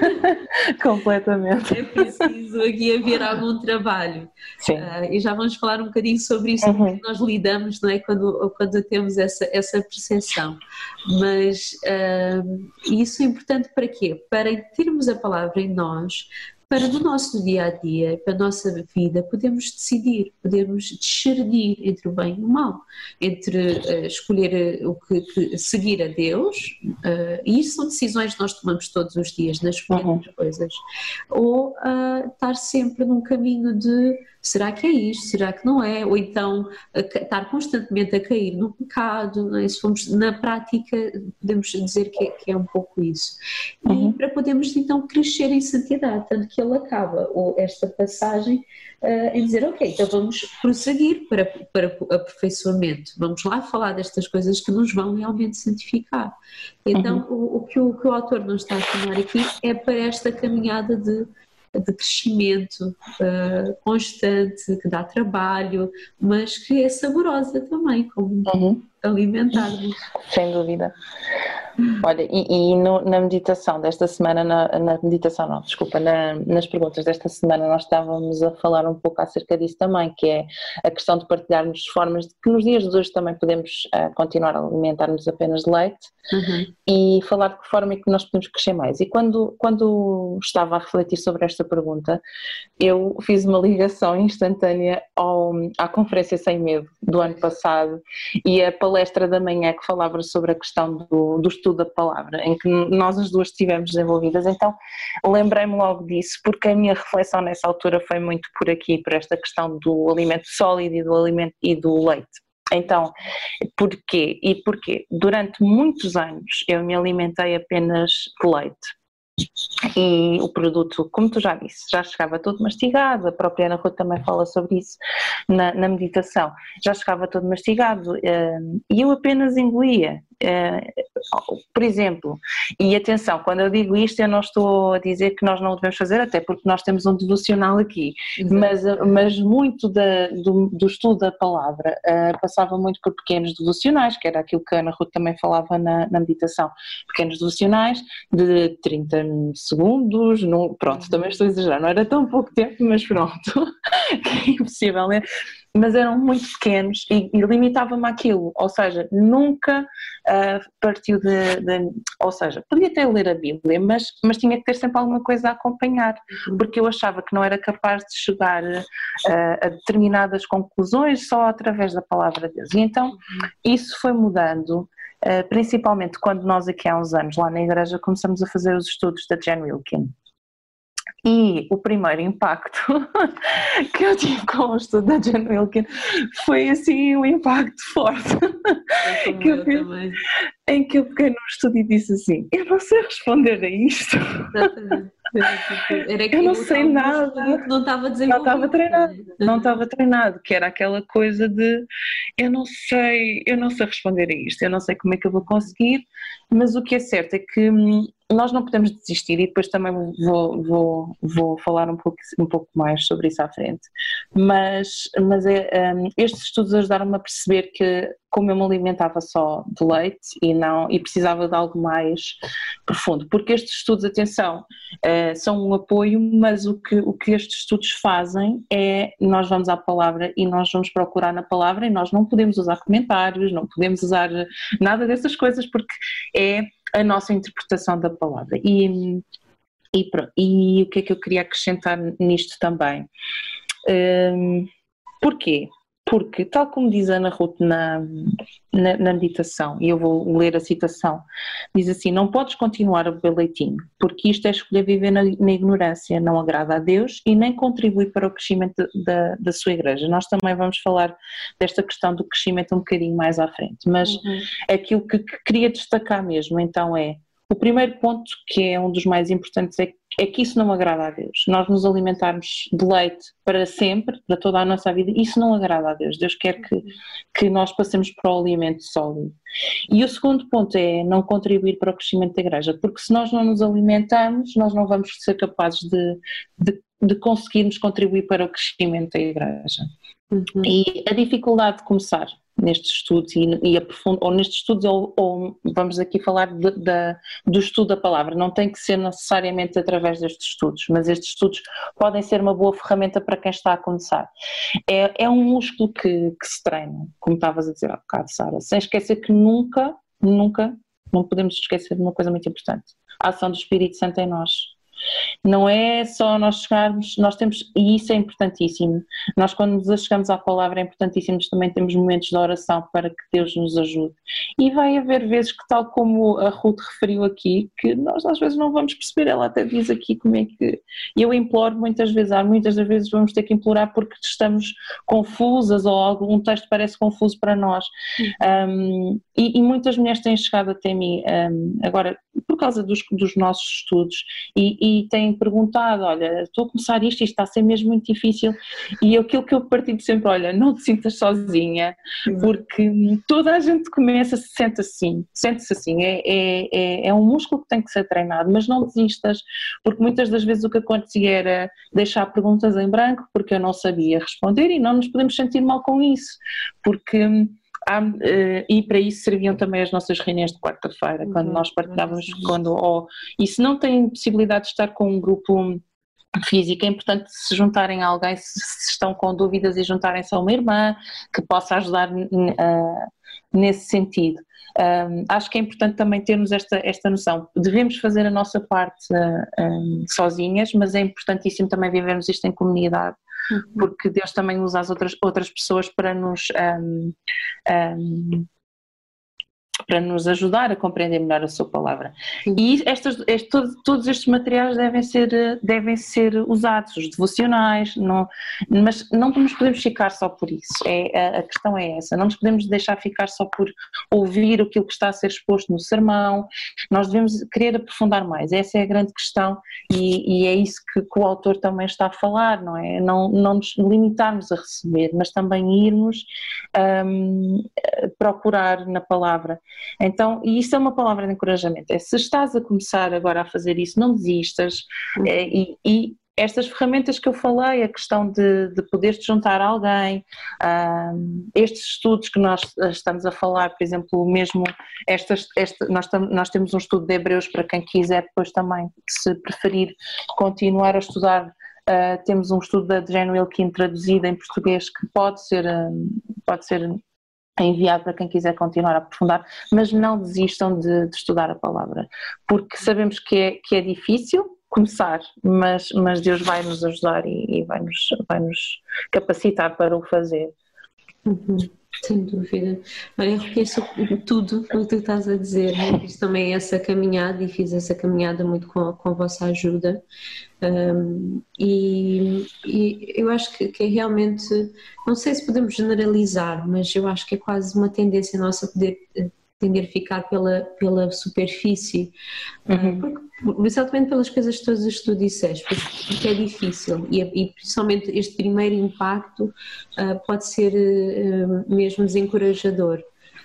Completamente. É preciso aqui haver algum trabalho. Sim. Uh, e já vamos falar um bocadinho sobre isso, uhum. que nós lidamos, não é? Quando, quando temos essa, essa percepção. Mas uh, isso é importante para quê? Para termos a palavra em nós, para no nosso dia-a-dia, para a nossa vida, podemos decidir, podemos discernir entre o bem e o mal, entre uh, escolher uh, o que, que seguir a Deus, uh, e isso são decisões que nós tomamos todos os dias nas pequenas uhum. coisas, ou uh, estar sempre num caminho de será que é isto, será que não é, ou então uh, estar constantemente a cair no pecado, não é? Se formos na prática podemos dizer que é, que é um pouco isso, uhum. e para podermos então crescer em santidade, tanto que ele acaba ou esta passagem uh, em dizer, ok, então vamos prosseguir para, para aperfeiçoamento, vamos lá falar destas coisas que nos vão realmente santificar. Então uhum. o, o, que o, o que o autor nos está a chamar aqui é para esta caminhada de de crescimento uh, constante, que dá trabalho, mas que é saborosa também, como uhum. alimentar-nos. Sem dúvida. Olha, e, e no, na meditação desta semana, na, na meditação não, desculpa, na, nas perguntas desta semana nós estávamos a falar um pouco acerca disso também, que é a questão de partilharmos formas de que nos dias de hoje também podemos uh, continuar a alimentar-nos apenas de leite uhum. e falar de que forma é que nós podemos crescer mais. E quando, quando estava a refletir sobre esta pergunta, eu fiz uma ligação instantânea ao, à Conferência Sem Medo do ano passado e a palestra da manhã que falava sobre a questão do, do estudo da palavra, em que nós as duas estivemos desenvolvidas. Então lembrei-me logo disso, porque a minha reflexão nessa altura foi muito por aqui, por esta questão do alimento sólido e do alimento e do leite. Então, porquê? E porquê? Durante muitos anos eu me alimentei apenas de leite. e o produto, como tu já disse, já chegava todo mastigado, a própria Ana Ruth também fala sobre isso na, na meditação, já chegava todo mastigado e eu apenas engolia. Por exemplo, e atenção, quando eu digo isto eu não estou a dizer que nós não o devemos fazer, até porque nós temos um devocional aqui, mas, mas muito da, do, do estudo da palavra uh, passava muito por pequenos devocionais, que era aquilo que a Ana Ruth também falava na, na meditação, pequenos devocionais de trinta segundos, não, pronto, também estou a exagerar, não era tão pouco tempo, mas pronto, que é impossível, né? Mas eram muito pequenos e, e limitava-me àquilo, ou seja, nunca uh, partiu de, de, ou seja, podia até ler a Bíblia, mas, mas tinha que ter sempre alguma coisa a acompanhar, porque eu achava que não era capaz de chegar uh, a determinadas conclusões só através da palavra de Deus, e então isso foi mudando, uh, principalmente quando nós aqui há uns anos lá na igreja começamos a fazer os estudos da Jen Wilkin. E o primeiro impacto que eu tive com o estudo da Jen Wilkin foi assim um impacto forte eu que eu fiz, em que eu peguei no estudo e disse assim, eu não sei responder a isto. Era eu não sei nada, não estava não estava treinado, não estava treinado, que era aquela coisa de eu não sei, eu não sei responder a isto, eu não sei como é que eu vou conseguir, mas o que é certo é que nós não podemos desistir e depois também vou, vou, vou falar um pouco, um pouco mais sobre isso à frente, mas, mas é, um, estes estudos ajudaram-me a perceber que como eu me alimentava só de leite e, não, e precisava de algo mais profundo, porque estes estudos, atenção, uh, são um apoio, mas o que, o que estes estudos fazem é, nós vamos à palavra e nós vamos procurar na palavra e nós não podemos usar comentários, não podemos usar nada dessas coisas porque é a nossa interpretação da palavra. E, e, e o que é que eu queria acrescentar nisto também? Um, porquê? Porque, tal como diz Ana Ruth na, na, na meditação, e eu vou ler a citação, diz assim, não podes continuar a beber leitinho, porque isto é escolher viver na, na ignorância, não agrada a Deus e nem contribui para o crescimento da, da sua igreja. Nós também vamos falar desta questão do crescimento um bocadinho mais à frente, mas uhum. aquilo que, que queria destacar mesmo, então é, o primeiro ponto, que é um dos mais importantes, é, é que isso não agrada a Deus. Nós nos alimentarmos de leite para sempre, para toda a nossa vida, isso não agrada a Deus. Deus quer que, que nós passemos para o alimento sólido. E o segundo ponto é não contribuir para o crescimento da igreja, porque se nós não nos alimentamos, nós não vamos ser capazes de, de, de conseguirmos contribuir para o crescimento da igreja. Uhum. E a dificuldade de começar nestes estudos e, e aprofund, ou nestes estudos ou, ou vamos aqui falar de, de, do estudo da palavra, não tem que ser necessariamente através destes estudos, mas estes estudos podem ser uma boa ferramenta para quem está a começar. É, é um músculo que, que se treina, como estavas a dizer há bocado, Sara, sem esquecer que nunca, nunca, não podemos esquecer de uma coisa muito importante, a ação do Espírito Santo em nós. Não é só nós chegarmos, nós temos, e isso é importantíssimo, nós quando nos achegamos à palavra é importantíssimo, também temos momentos de oração para que Deus nos ajude. E vai haver vezes que, tal como a Ruth referiu aqui, que nós às vezes não vamos perceber, ela até diz aqui como é que, eu imploro muitas vezes, há muitas das vezes vamos ter que implorar porque estamos confusas ou algum texto parece confuso para nós. Um, e, e muitas mulheres têm chegado até mim, um, agora por causa dos, dos nossos estudos, e, e têm perguntado, olha, estou a começar isto, isto está a ser mesmo muito difícil, e aquilo que eu partilho sempre, olha, não te sintas sozinha, porque toda a gente começa, se sente assim, sente-se assim, é, é, é, é um músculo que tem que ser treinado, mas não desistas, porque muitas das vezes o que acontecia era deixar perguntas em branco, porque eu não sabia responder, e não nos podemos sentir mal com isso, porque... Há, uh, e para isso serviam também as nossas reuniões de quarta-feira, uhum, quando nós partilhávamos, uhum. quando, oh, e se não têm possibilidade de estar com um grupo físico, é importante se juntarem a alguém, se, se estão com dúvidas e juntarem-se a uma irmã que possa ajudar uh, nesse sentido. Um, acho que é importante também termos esta, esta noção, devemos fazer a nossa parte uh, um, sozinhas, mas é importantíssimo também vivermos isto em comunidade, porque Deus também usa as outras, outras pessoas para nos um, um, para nos ajudar a compreender melhor a sua palavra. Sim. E estas, este, todos, todos estes materiais devem ser, devem ser usados, os devocionais, não, mas não nos podemos ficar só por isso, é, a, a questão é essa, não nos podemos deixar ficar só por ouvir aquilo que está a ser exposto no sermão, nós devemos querer aprofundar mais, essa é a grande questão e, e é isso que, que o autor também está a falar, não é? Não, não nos limitarmos a receber, mas também irmos um, procurar na palavra. Então, e isso é uma palavra de encorajamento, é se estás a começar agora a fazer isso, não desistas, uhum. é, e, e estas ferramentas que eu falei, a questão de, de poderes-te juntar a alguém, um, estes estudos que nós estamos a falar, por exemplo, mesmo estas, esta, nós, tam, nós temos um estudo de Hebreus para quem quiser depois também, se preferir continuar a estudar, uh, temos um estudo da Jane Wilkin traduzido em português que pode ser, um, pode ser enviado para quem quiser continuar a aprofundar, mas não desistam de, de estudar a palavra, porque sabemos que é, que é difícil começar, mas, mas Deus vai nos ajudar e, e vai, nos, vai nos capacitar para o fazer. Uhum, sem dúvida. Olha, eu reconheço tudo o que tu estás a dizer, eu fiz também essa caminhada e fiz essa caminhada muito com, com a vossa ajuda. Um, e, e eu acho que, que é realmente, não sei se podemos generalizar, mas eu acho que é quase uma tendência nossa poder tender a ficar pela, pela superfície, uhum. porque, exatamente pelas coisas todas que tu disseste, porque é difícil e, e principalmente este primeiro impacto uh, pode ser uh, mesmo desencorajador.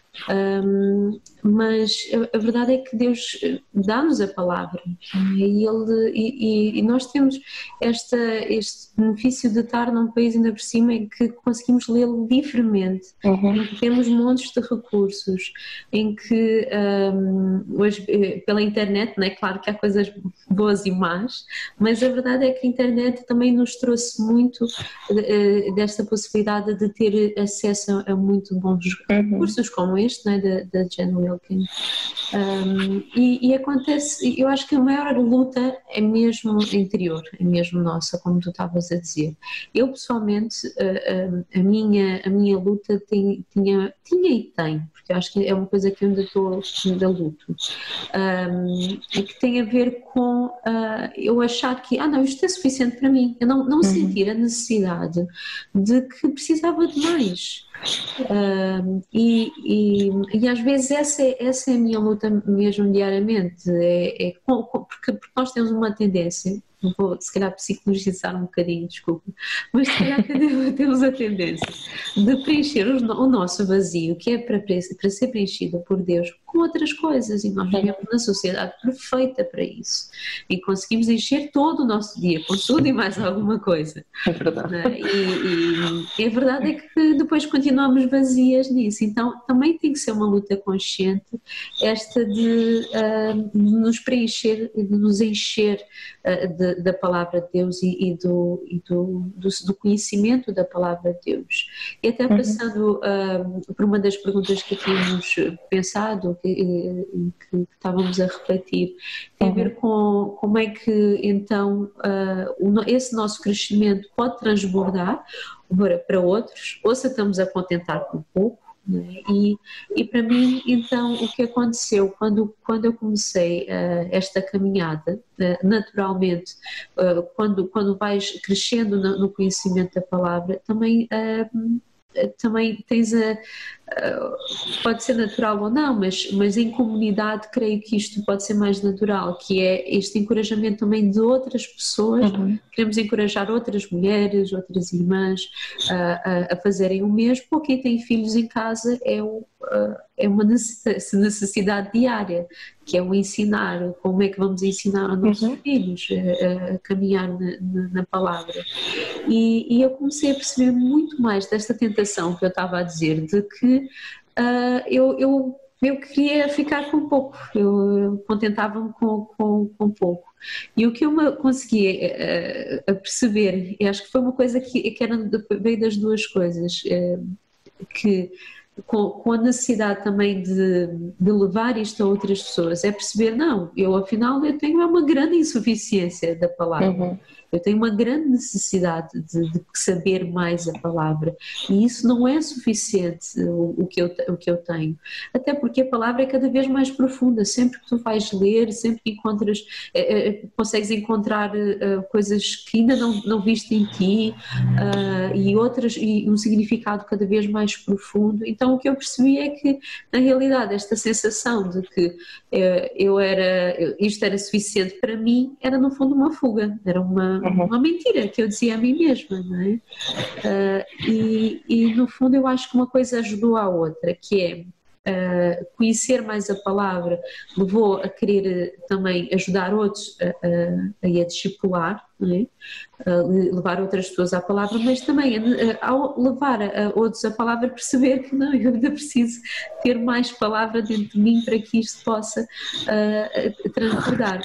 Um, mas a, a verdade é que Deus dá-nos a palavra e, ele, e, e nós temos esta, este benefício de estar num país ainda por cima em que conseguimos lê-lo livremente, uhum. em que temos montes de recursos, em que um, hoje pela internet, não é claro que há coisas boas e más, mas a verdade é que a internet também nos trouxe muito uh, desta possibilidade de ter acesso a, a muito bons uhum. recursos como este, não é, da, da Jane Wilkin. Um, e, e acontece, eu acho que a maior luta é mesmo interior, é mesmo nossa, como tu estavas a dizer. Eu pessoalmente, a, a, a, minha, a minha luta tem, tinha, tinha e tem, porque eu acho que é uma coisa que eu ainda estou, ainda luto, um, e que tem a ver com uh, eu achar que, ah não, isto é suficiente para mim, eu não, não uhum. sentir a necessidade de que precisava de mais. Uh, e, e, e às vezes essa é, essa é a minha luta mesmo diariamente, é, é, porque, porque nós temos uma tendência, vou se calhar psicologizar um bocadinho, desculpa, mas se calhar temos a tendência de preencher o nosso vazio, que é para, para ser preenchido por Deus, com outras coisas, e nós vivemos na sociedade perfeita para isso e conseguimos encher todo o nosso dia com tudo e mais alguma coisa. É verdade. E, e, e a verdade é que depois continuamos vazias nisso, então também tem que ser uma luta consciente esta de, uh, de nos preencher, de nos encher uh, de da palavra de Deus e, e, do, e do, do, do conhecimento da palavra de Deus. E até passando uhum. uh, por uma das perguntas que tínhamos pensado, que, que, que estávamos a refletir, tem uhum. a ver com como é que então uh, esse nosso crescimento pode transbordar para, para outros, ou se estamos a contentar com pouco. E, e para mim, então, o que aconteceu quando, quando eu comecei uh, esta caminhada, uh, naturalmente, uh, quando, quando vais crescendo no, no conhecimento da palavra, também, uh, também tens a, uh, pode ser natural ou não, mas, mas em comunidade creio que isto pode ser mais natural, que é este encorajamento também de outras pessoas, uhum. queremos encorajar outras mulheres, outras irmãs uh, a, a fazerem o mesmo, ou quem tem filhos em casa é, o, uh, é uma necessidade diária, que é o ensinar, como é que vamos ensinar aos nossos uhum. filhos a, a caminhar na, na, na palavra. E, e eu comecei a perceber muito mais desta tentação que eu estava a dizer, de que uh, eu, eu, eu queria ficar com pouco, eu, eu contentava-me com, com, com pouco. E o que eu me consegui uh, a perceber, e acho que foi uma coisa que, que era, veio das duas coisas, uh, que com, com a necessidade também de, de levar isto a outras pessoas, é perceber, não, eu afinal eu tenho uma grande insuficiência da palavra. Uhum. Eu tenho uma grande necessidade de, de saber mais a palavra e isso não é suficiente o, o, que eu, o que eu tenho, até porque a palavra é cada vez mais profunda, sempre que tu vais ler, sempre que encontras, é, é, consegues encontrar é, coisas que ainda não, não viste em ti é, e outras, e um significado cada vez mais profundo. Então o que eu percebi é que na realidade esta sensação de que é, eu era, isto era suficiente para mim, era no fundo uma fuga, era uma uma mentira que eu dizia a mim mesma, não é? Uh, e, e no fundo eu acho que uma coisa ajudou à outra, que é uh, conhecer mais a palavra, levou a querer também ajudar outros a, a, a, a discipular, não é? Uh, levar outras pessoas à palavra, mas também uh, ao levar a, a outros a palavra, perceber que não, eu ainda preciso ter mais palavra dentro de mim para que isto possa uh, transbordar.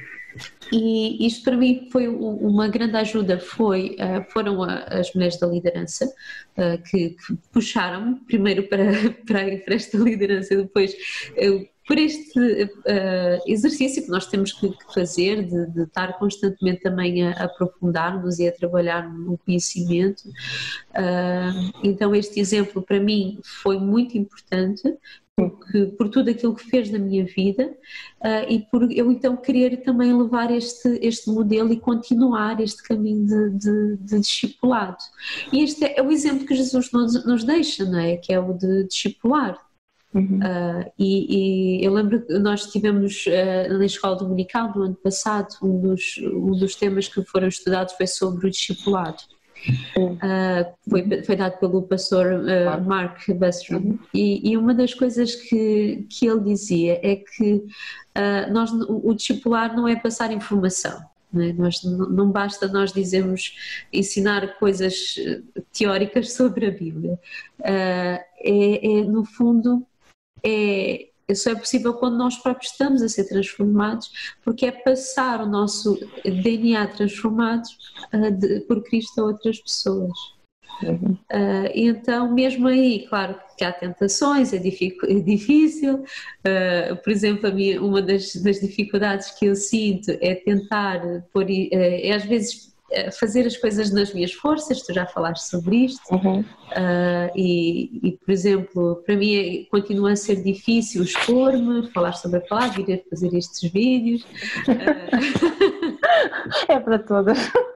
E isto para mim foi uma grande ajuda, foi, foram as mulheres da liderança que, que puxaram-me primeiro para, para, para esta liderança, depois por este uh, exercício que nós temos que fazer de, de estar constantemente também a, a aprofundar-nos e a trabalhar no conhecimento. Uh, então este exemplo para mim foi muito importante, porque, por tudo aquilo que fez na minha vida uh, e por eu então querer também levar este, este modelo e continuar este caminho de, de, de discipulado. E este é o exemplo que Jesus nos, nos deixa, não é? Que é o de discipular. Uhum. Uh, e, e eu lembro que nós tivemos uh, na escola dominical no ano passado, um dos, um dos temas que foram estudados foi sobre o discipulado. Uh, foi, foi dado pelo pastor uh, Mark Bussrum, e, e uma das coisas que, que ele dizia é que uh, nós, o discipular não é passar informação, não é? Nós, não basta nós dizermos, ensinar coisas teóricas sobre a Bíblia, uh, é, é no fundo é isso é possível quando nós próprios estamos a ser transformados, porque é passar o nosso D N A transformado uh, de, por Cristo a outras pessoas. Uhum. Uh, então, mesmo aí, claro que há tentações, é, é difícil. Uh, por exemplo, a minha, uma das, das dificuldades que eu sinto é tentar pôr, uh, é às vezes fazer as coisas nas minhas forças, tu já falaste sobre isto, uhum. uh, e, e, por exemplo, para mim é, continua a ser difícil expor-me, falar sobre a palavra, ir a fazer estes vídeos. Uh... É para todas.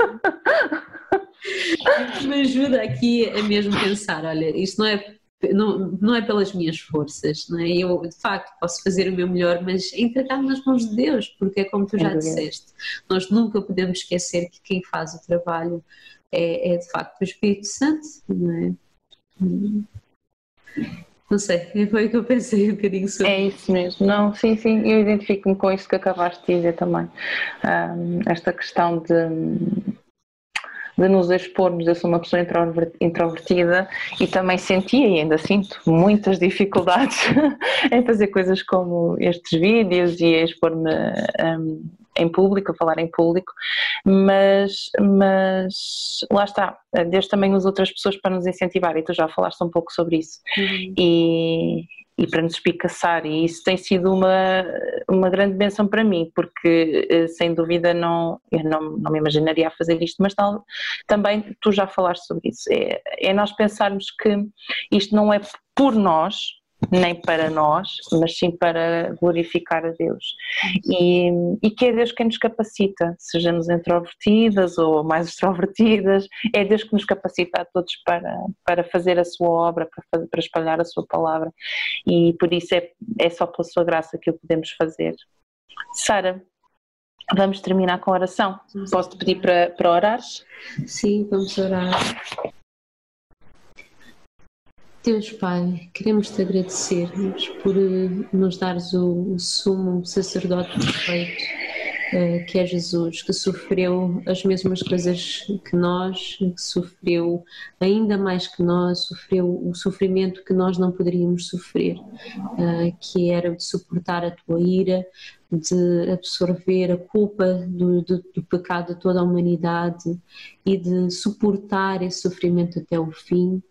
Me ajuda aqui a mesmo pensar, olha, isto não é Não, não é pelas minhas forças, não é? Eu de facto posso fazer o meu melhor, mas é entregar nas mãos de Deus, porque é como tu já disseste, nós nunca podemos esquecer que quem faz o trabalho é, é de facto o Espírito Santo, não é? Não sei, foi o que eu pensei um bocadinho sobre. É isso mesmo, não, sim, sim, eu identifico-me com isto que acabaste de dizer também, um, esta questão de de nos expormos. Eu sou uma pessoa introvertida e também sentia e ainda sinto muitas dificuldades em fazer coisas como estes vídeos e expor-me um, em público, a falar em público, mas, mas lá está, Deus também usa outras pessoas para nos incentivar e tu já falaste um pouco sobre isso. Uhum. e e para nos espicaçar, e isso tem sido uma, uma grande bênção para mim, porque sem dúvida não, eu não, não me imaginaria fazer isto, mas tal, também tu já falaste sobre isso, é, é nós pensarmos que isto não é por nós, nem para nós, mas sim para glorificar a Deus, e, e que é Deus quem nos capacita, sejamos introvertidas ou mais extrovertidas, é Deus que nos capacita a todos para, para fazer a sua obra, para, para espalhar a sua palavra, e por isso é, é só pela sua graça que o podemos fazer. Sara, vamos terminar com a oração. Posso-te pedir para, para orares? Sim, vamos orar. Deus Pai, queremos te agradecer por nos dares o, o sumo sacerdote perfeito, que é Jesus, que sofreu as mesmas coisas que nós, que sofreu ainda mais que nós, sofreu o sofrimento que nós não poderíamos sofrer, que era de suportar a tua ira, de absorver a culpa do, do, do pecado de toda a humanidade e de suportar esse sofrimento até o fim.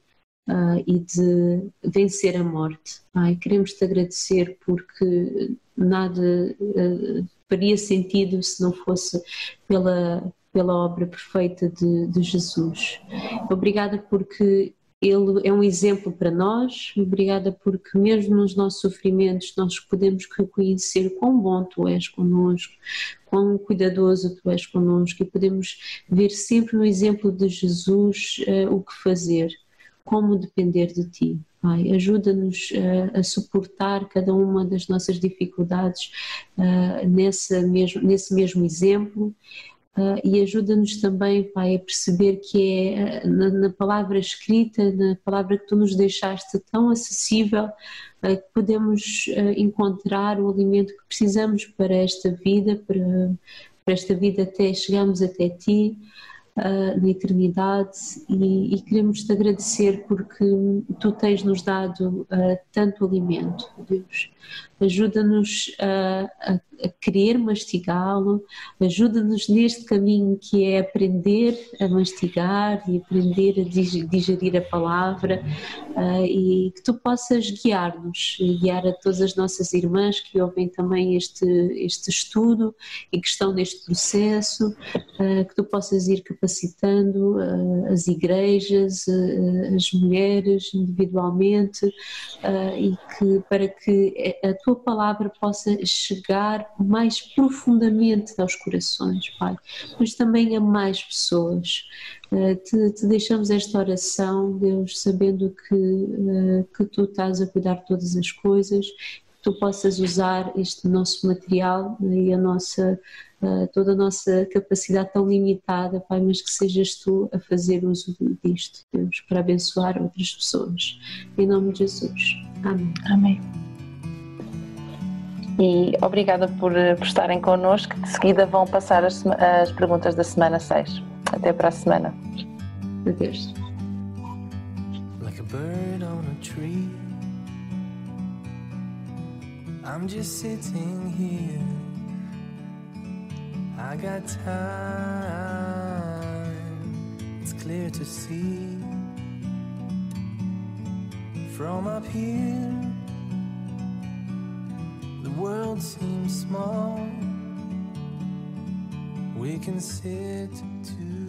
uh, e de vencer a morte. Pai, queremos te agradecer porque nada uh, faria sentido se não fosse pela, pela obra perfeita de, de Jesus. Obrigada porque Ele é um exemplo para nós. Obrigada porque mesmo nos nossos sofrimentos nós podemos reconhecer quão bom Tu és connosco, quão cuidadoso Tu és connosco, e podemos ver sempre no exemplo de Jesus uh, o que fazer, como depender de Ti. Pai, ajuda-nos uh, a suportar cada uma das nossas dificuldades uh, nesse, mesmo, nesse mesmo exemplo. Uh, e ajuda-nos também, Pai, a perceber que é uh, na, na palavra escrita, na palavra que Tu nos deixaste tão acessível, uh, que podemos uh, encontrar o alimento que precisamos para esta vida, para, para esta vida até chegarmos até Ti, uh, na eternidade, e, e queremos Te agradecer porque Tu tens nos dado uh, tanto alimento, Deus. Ajuda-nos a, a, a querer mastigá-lo, ajuda-nos neste caminho que é aprender a mastigar e aprender a digerir a palavra, uh, e que Tu possas guiar-nos, guiar a todas as nossas irmãs que ouvem também este, este estudo e que estão neste processo, uh, que Tu possas ir capacitando uh, as igrejas, uh, as mulheres individualmente, uh, e que para que a Tua palavra possa chegar mais profundamente aos corações, Pai, mas também a mais pessoas. Te, te deixamos esta oração, Deus, sabendo que, que Tu estás a cuidar de todas as coisas, que Tu possas usar este nosso material e a nossa, toda a nossa capacidade tão limitada, Pai, mas que sejas Tu a fazer uso disto, Deus, para abençoar outras pessoas. Em nome de Jesus. Amém. Amém. E obrigada por, por estarem connosco. De seguida vão passar as, as perguntas da semana seis. Até para a semana. Adeus. Like a bird on a tree, I'm just sitting here. I got time, it's clear to see. From up here the world seems small. We can sit together.